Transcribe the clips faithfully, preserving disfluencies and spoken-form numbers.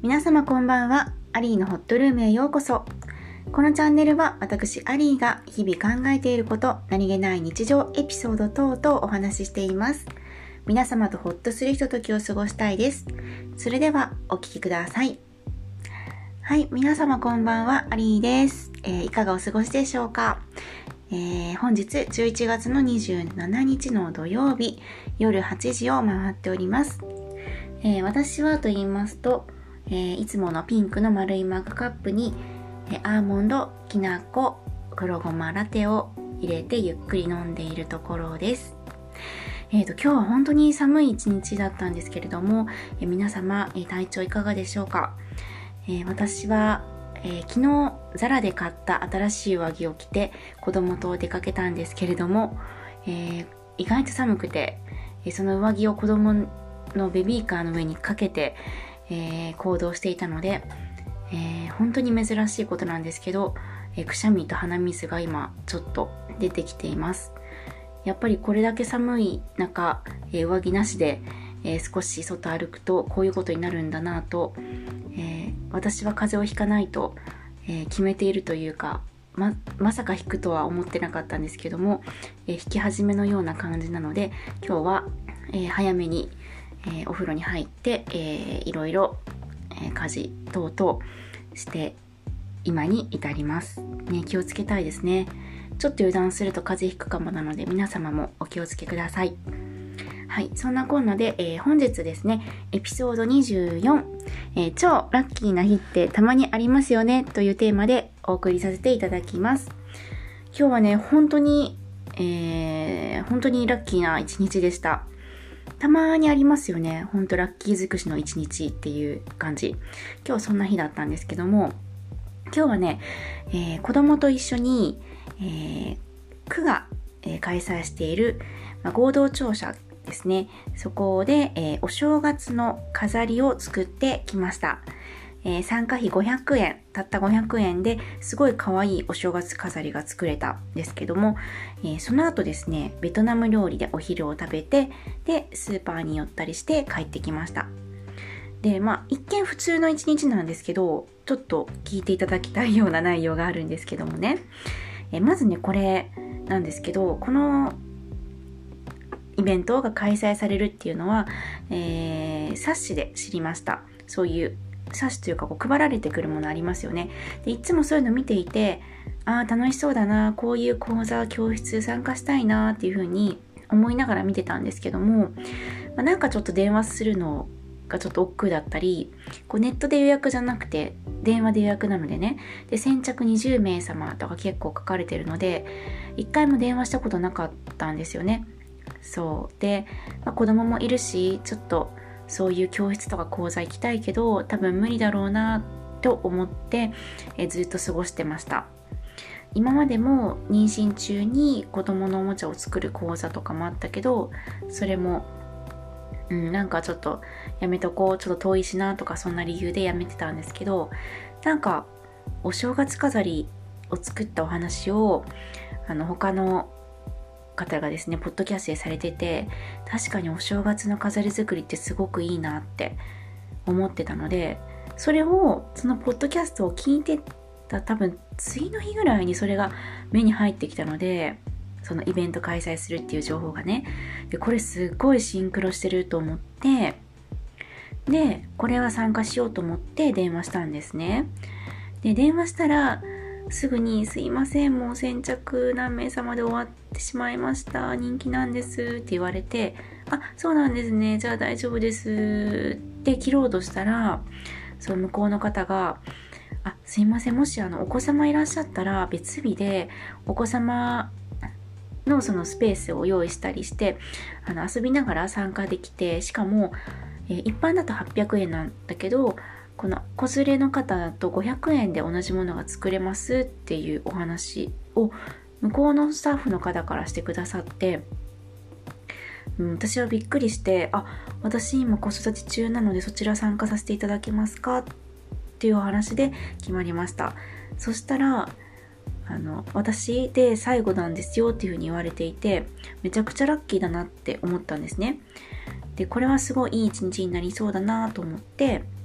皆様こんばんは。アリーのホットルームへようこそ。このチャンネルは私アリーが日々考えていること、何気ない日常エピソード等々お話ししています。皆様とホッとするひとときを過ごしたいです。それではお聞きください。はい、皆様こんばんは。アリーです。えー、いかがお過ごしでしょうか。えー、本日じゅういちがつのにじゅうしちにちの土曜日、夜はちじを回っております。えー、私はと言いますと、えー、いつものピンクの丸いマグカップに、えー、アーモンド、きな粉、黒ごまラテを入れてゆっくり飲んでいるところです。えーと、今日は本当に寒い一日だったんですけれども、えー、皆様、えー、体調いかがでしょうか。えー、私は、えー、昨日ザラで買った新しい上着を着て子供と出かけたんですけれども、えー、意外と寒くて、えー、その上着を子供のベビーカーの上にかけて、えー、行動していたので、えー、本当に珍しいことなんですけど、えー、くしゃみと鼻水が今ちょっと出てきています。やっぱりこれだけ寒い中、えー、上着なしで、えー、少し外歩くとこういうことになるんだなと、えー、私は風邪をひかないと、えー、決めているというか、ま, まさかひくとは思ってなかったんですけども、えー、引き始めのような感じなので、今日は、えー、早めにえー、お風呂に入って、えー、いろいろ、えー、家事等々して今に至ります、ね、気をつけたいですね。ちょっと油断すると風邪ひくかもなので皆様もお気をつけください。はい、そんなこんなで、えー、本日ですねエピソードにじゅうよん、えー、超ラッキーな日ってたまにありますよねというテーマでお送りさせていただきます。今日はね本当に、えー、本当にラッキーな一日でした。たまにありますよね。ほんとラッキー尽くしの一日っていう感じ。今日そんな日だったんですけども、今日はね、えー、子供と一緒に、えー、区が、えー、開催している、まあ、合同庁舎ですね。そこで、えー、お正月の飾りを作ってきました。えー、参加費ごひゃくえん、たったごひゃくえんですごい可愛いお正月飾りが作れたんですけども、えー、その後ですね、ベトナム料理でお昼を食べて、で、スーパーに寄ったりして帰ってきました。で、まあ、一見普通の一日なんですけど、ちょっと聞いていただきたいような内容があるんですけどもね。えー、まずね、これなんですけど、このイベントが開催されるっていうのは、えー、冊子で知りました。そういう冊子というかこう配られてくるものありますよね。でいつもそういうの見ていて、ああ楽しそうだな、こういう講座教室参加したいなっていう風に思いながら見てたんですけども、まあ、なんかちょっと電話するのがちょっと億劫だったり、こうネットで予約じゃなくて電話で予約なのでね、で先着にじゅうめいさまとか結構書かれてるので、一回も電話したことなかったんですよね。そうで、まあ、子供もいるし、ちょっとそういう教室とか講座行きたいけど多分無理だろうなと思ってえずっと過ごしてました。今までも妊娠中に子供のおもちゃを作る講座とかもあったけど、それも、うん、なんかちょっとやめとこう、ちょっと遠いしなとかそんな理由でやめてたんですけど、なんかお正月飾りを作ったお話をあの他の方がですねポッドキャストでされてて、確かにお正月の飾り作りってすごくいいなって思ってたので、それをそのポッドキャストを聞いてた多分次の日ぐらいにそれが目に入ってきたので、そのイベント開催するっていう情報がね、でこれすっごいシンクロしてると思って、でこれは参加しようと思って電話したんですね。で電話したらすぐにすいません、もう先着何名様で終わってしまいました、人気なんですって言われて、あ、そうなんですね、じゃあ大丈夫ですって切ろうとしたら、その向こうの方が、あ、すいません、もしあのお子様いらっしゃったら別日でお子様のそのスペースを用意したりして、あの遊びながら参加できて、しかも、えー、一般だとはっぴゃくえんなんだけど、この子連れの方だとごひゃくえんで同じものが作れますっていうお話を向こうのスタッフの方からしてくださって、うん、私はびっくりして、あ、私今子育て中なのでそちら参加させていただけますかっていうお話で決まりました。そしたらあの私で最後なんですよっていうふうに言われていて、めちゃくちゃラッキーだなって思ったんですね。でこれはすごいいい一日になりそうだなと思って、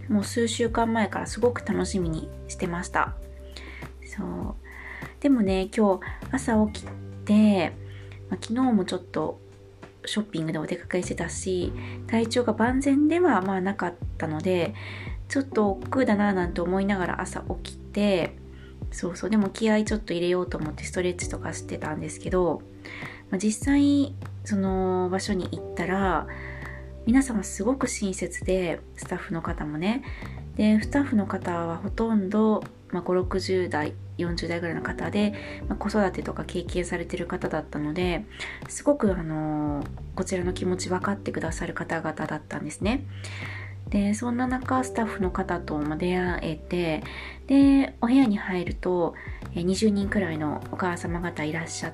もう数週間前からすごく楽しみにしてました。そうでもね、今日朝起きて、まあ、昨日もちょっとショッピングでお出かけしてたし、体調が万全ではまあなかったので、ちょっと億劫だななんて思いながら朝起きて、そうそうでも気合ちょっと入れようと思ってストレッチとかしてたんですけど、まあ、実際その場所に行ったら皆様すごく親切で、スタッフの方もね、でスタッフの方はほとんど、まあ、ごじゅう、ろくじゅう代よんじゅう代ぐらいの方で、まあ、子育てとか経験されてる方だったので、すごくあのこちらの気持ち分かってくださる方々だったんですね。でそんな中スタッフの方とも出会えて、でお部屋に入るとにじゅうにんくらいのお母様方いらっしゃって、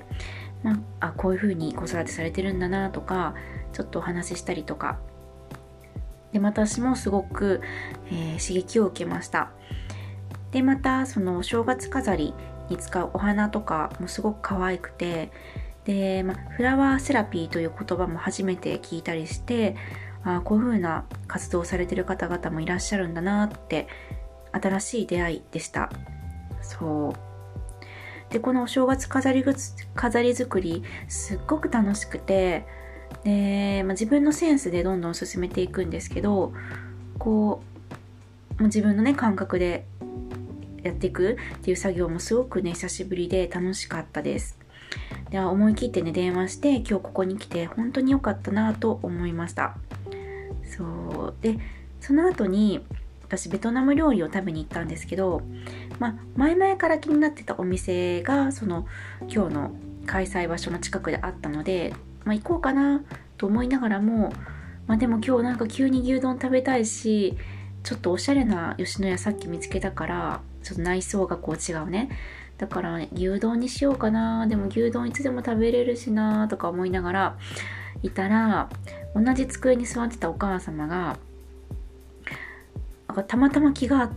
まあ、あこういう風に子育てされてるんだなとか、ちょっとお話ししたりとかで、私もすごく、えー、刺激を受けました。でまたその正月飾りに使うお花とかもすごく可愛くて、で、まあ、フラワーセラピーという言葉も初めて聞いたりして、あこういう風な活動をされてる方々もいらっしゃるんだなって、新しい出会いでした。そうでこのお正月飾りぐつ飾り作りすっごく楽しくて、で、まあ、自分のセンスでどんどん進めていくんですけど、こう自分のね感覚でやっていくっていう作業もすごくね久しぶりで楽しかったです。では思い切ってね電話して、今日ここに来て本当に良かったなと思いました。そうでその後に私ベトナム料理を食べに行ったんですけど、まあ、前々から気になってたお店がその今日の開催場所の近くであったので、まあ、行こうかなと思いながらも、まあ、でも今日なんか急に牛丼食べたいし、ちょっとおしゃれな吉野家さっき見つけたから、ちょっと内装がこう違うね、だから牛丼にしようかな、でも牛丼いつでも食べれるしなとか思いながらいたら、同じ机に座ってたお母様がたまたま気があって、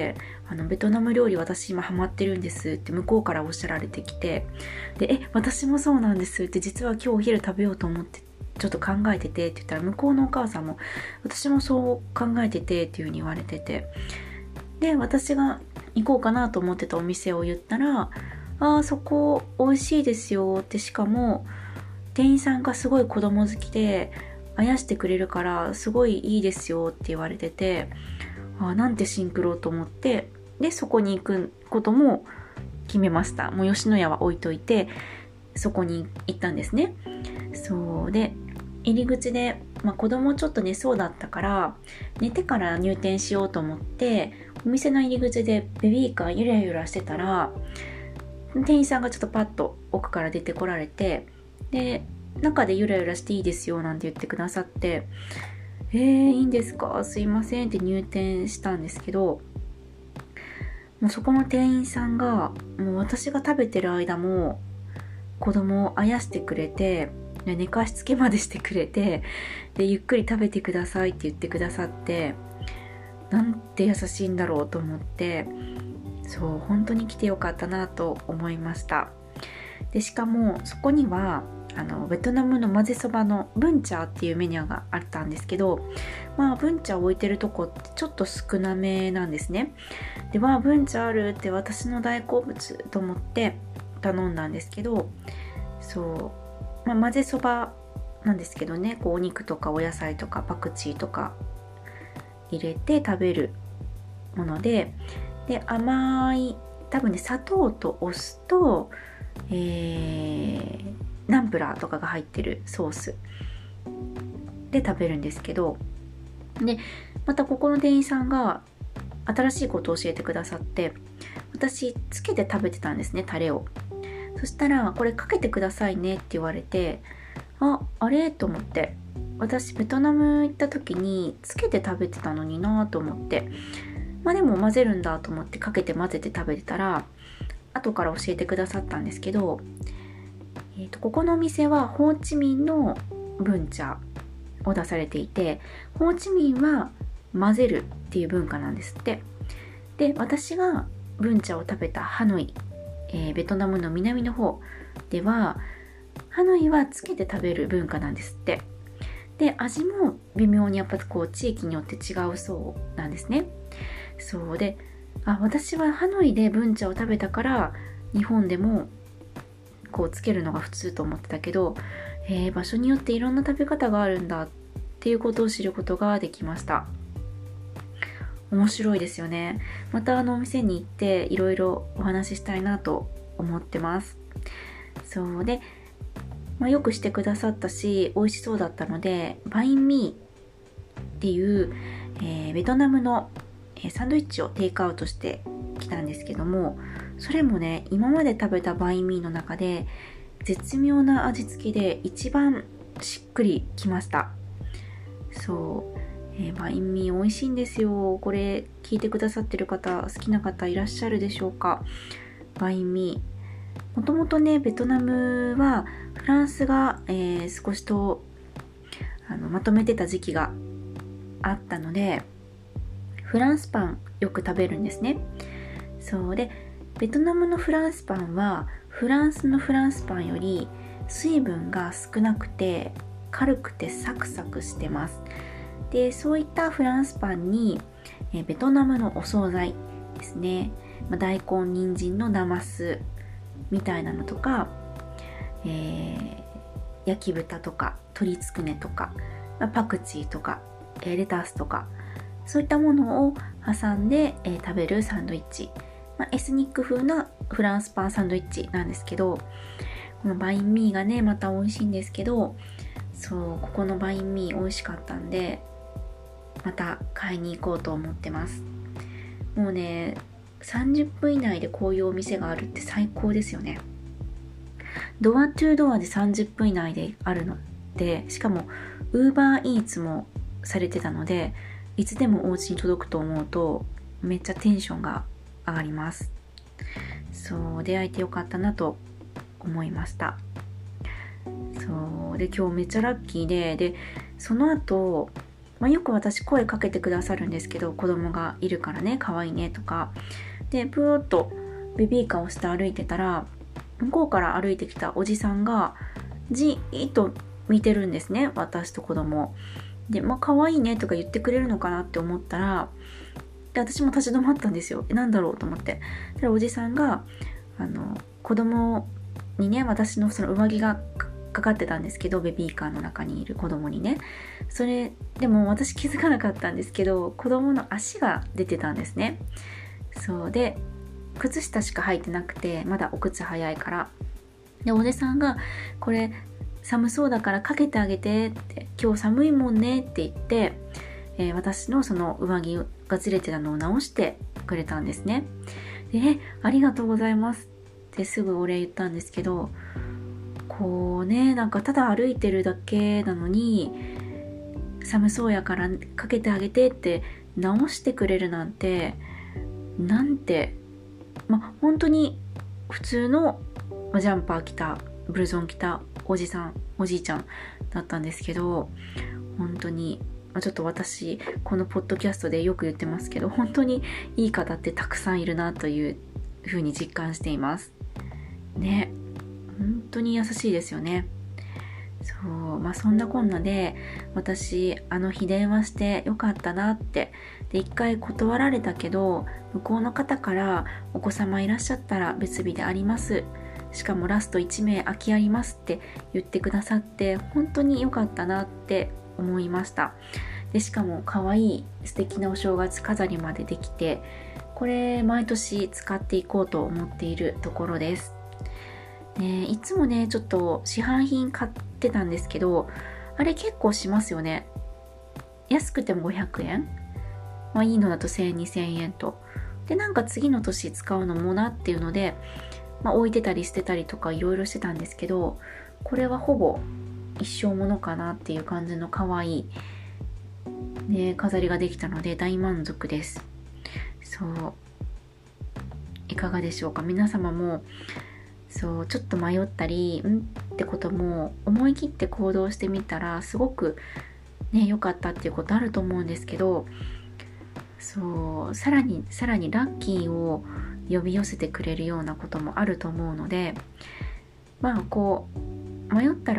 あのベトナム料理私今ハマってるんですって向こうからおっしゃられてきて、でえ私もそうなんですって、実は今日お昼食べようと思ってちょっと考えててって言ったら、向こうのお母さんも私もそう考えててっていう風に言われてて、で私が行こうかなと思ってたお店を言ったら、あそこ美味しいですよって、しかも店員さんがすごい子供好きであやしてくれるからすごいいいですよって言われてて、あなんてシンクロと思って、でそこに行くことも決めました。もう吉野家は置いといてそこに行ったんですね。そうで入り口で、まあ、子供ちょっと寝そうだったから寝てから入店しようと思ってお店の入り口でベビーカーゆらゆらしてたら、店員さんがちょっとパッと奥から出てこられて、で中でゆらゆらしていいですよなんて言ってくださって、えー、いいんですかすいませんって入店したんですけど、もうそこの店員さんがもう私が食べてる間も子供をあやしてくれて、寝かしつけまでしてくれて、でゆっくり食べてくださいって言ってくださって、なんて優しいんだろうと思って、そう本当に来てよかったなと思いました。でしかもそこにはあのベトナムの混ぜそばのブンチャーっていうメニューがあったんですけど、まあブンチャー置いてるとこってちょっと少なめなんですね。でまあブンチャーあるって私の大好物と思って頼んだんですけど、そう、まあ、混ぜそばなんですけどね、こうお肉とかお野菜とかパクチーとか入れて食べるもので、で甘い多分ね砂糖とお酢と、えー、ナンプラーとかが入ってるソースで食べるんですけど、でまたここの店員さんが新しいことを教えてくださって、私つけて食べてたんですね、タレを。そしたらこれかけてくださいねって言われて、ああれと思って、私ベトナム行った時につけて食べてたのになと思って、まあでも混ぜるんだと思ってかけて混ぜて食べてたら、後から教えてくださったんですけど、えーと、ここのお店はホーチミンのブンチャーを出されていて、ホーチミンは混ぜるっていう文化なんですって。で私がブンチャーを食べたハノイ、えー、ベトナムの南の方ではハノイはつけて食べる文化なんですって。 で味も微妙にやっぱこう地域によって違うそうなんですね。そうで、あ、私はハノイでブンチャを食べたから日本でもこうつけるのが普通と思ってたけど、えー、場所によっていろんな食べ方があるんだっていうことを知ることができました。面白いですよね。またあのお店に行っていろいろお話ししたいなと思ってます。そうで、まあ、よくしてくださったし美味しそうだったので、バインミーっていう、えー、ベトナムのサンドイッチをテイクアウトしてきたんですけども、それもね、今まで食べたバインミーの中で絶妙な味付けで一番しっくりきました。そう、えー、バインミー美味しいんですよ。これ聞いてくださってる方、好きな方いらっしゃるでしょうか。バインミー、もともとね、ベトナムはフランスが、えー、少しとあのまとめてた時期があったので、フランスパンよく食べるんですね。そうで、ベトナムのフランスパンはフランスのフランスパンより水分が少なくて軽くてサクサクしてます。で、そういったフランスパンにえベトナムのお惣菜ですね、まあ、大根、人参のなますみたいなのとか、えー、焼き豚とか鶏つくねとか、まあ、パクチーとか、えー、レタスとか、そういったものを挟んで、えー、食べるサンドイッチ、まあ、エスニック風なフランスパンサンドイッチなんですけど、このバインミーがねまた美味しいんですけど、そうここのバインミー美味しかったんでまた買いに行こうと思ってます。もうね、さんじゅっぷん以内でこういうお店があるって最高ですよね。ドアトゥードアでさんじゅっぷん以内であるので、しかもウーバーイーツもされてたので、いつでもお家に届くと思うとめっちゃテンションが上がります。そう、出会えてよかったなと思いました。そうで、今日めっちゃラッキーで、でその後、まあ、よく私声かけてくださるんですけど、子供がいるからね、可愛いねとかで、ぷーっとベビーカーをして歩いてたら、向こうから歩いてきたおじさんがじーっと見てるんですね、私と子供で。まあ可愛いねとか言ってくれるのかなって思ったら、で私も立ち止まったんですよ。え、なんだろうと思って。でおじさんがあの子供にね、私のその上着がかかってたんですけど、ベビーカーの中にいる子供にね、それでも私気づかなかったんですけど、子供の足が出てたんですね。そうで、靴下しか履いてなくて、まだお靴早いから。でおじさんがこれ寒そうだからかけてあげてって、今日寒いもんねって言って、えー、私のその上着がずれてたのを直してくれたんですね。で、え、ありがとうございますってすぐお礼言ったんですけど、こうね、なんかただ歩いてるだけなのに寒そうやからかけてあげてって直してくれるなんて、なんて、ま、本当に普通のジャンパー着た、ブルゾン着たおじさん、おじいちゃんだったんですけど、本当にちょっと私このポッドキャストでよく言ってますけど、本当にいい方ってたくさんいるなというふうに実感していますね。本当に優しいですよね。そう、まあそんなこんなで私あの日電話してよかったなって。で一回断られたけど、向こうの方からお子様いらっしゃったら別日であります、しかもラストいち名空きありますって言ってくださって、本当に良かったなって思いました。でしかも可愛い素敵なお正月飾りまでできて、これ毎年使っていこうと思っているところです。ね、いつもねちょっと市販品買ってたんですけど、あれ結構しますよね。安くてもごひゃくえん、まあ、いいのだとせんえんにせんえんと。でなんか次の年使うのもなっていうので、まあ、置いてたり捨てたりとかいろいろしてたんですけど、これはほぼ一生ものかなっていう感じの可愛い、ね、飾りができたので大満足です。そう、いかがでしょうか。皆様もそうちょっと迷ったりんってことも思い切って行動してみたらすごくね良かったっていうことあると思うんですけど、そうさらにさらにラッキーを呼び寄せてくれるようなこともあると思うので、まあこう迷ったら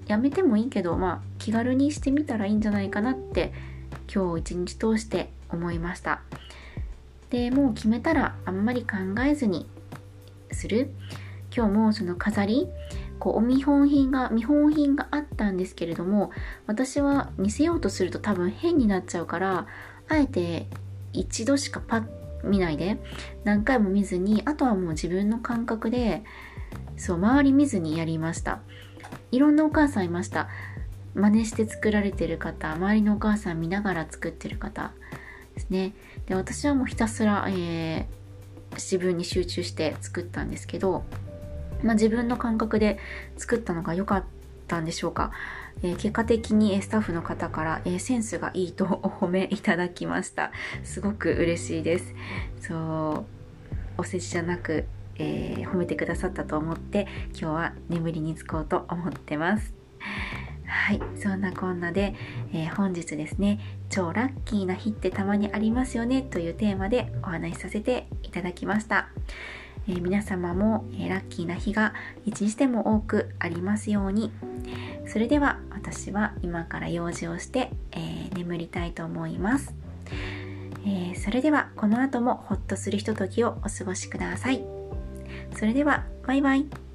やめてもいいけど、まあ気軽にしてみたらいいんじゃないかなって今日一日通して思いました。でもう決めたらあんまり考えずにする。今日もその飾り、こうお見本品が見本品があったんですけれども、私は見せようとすると多分変になっちゃうから、あえて一度しかパッ見ないで何回も見ずに、あとはもう自分の感覚でそう周り見ずにやりました。いろんなお母さんいました。真似して作られてる方、周りのお母さん見ながら作ってる方ですね。で、私はもうひたすら、えー、自分に集中して作ったんですけど、まあ、自分の感覚で作ったのが良かったんでしょうか。えー、結果的にスタッフの方から、えー、センスがいいとお褒めいただきました。すごく嬉しいです。そう、お世辞じゃなく、えー、褒めてくださったと思って今日は眠りにつこうと思ってます。はい、そんなこんなで、えー、本日ですね、超ラッキーな日ってたまにありますよねというテーマでお話しさせていただきました。えー、皆様も、えー、ラッキーな日が一日でも多くありますように。それでは私は今から用事をして、えー、眠りたいと思います。えー、それではこの後もホッとするひとときをお過ごしください。それではバイバイ。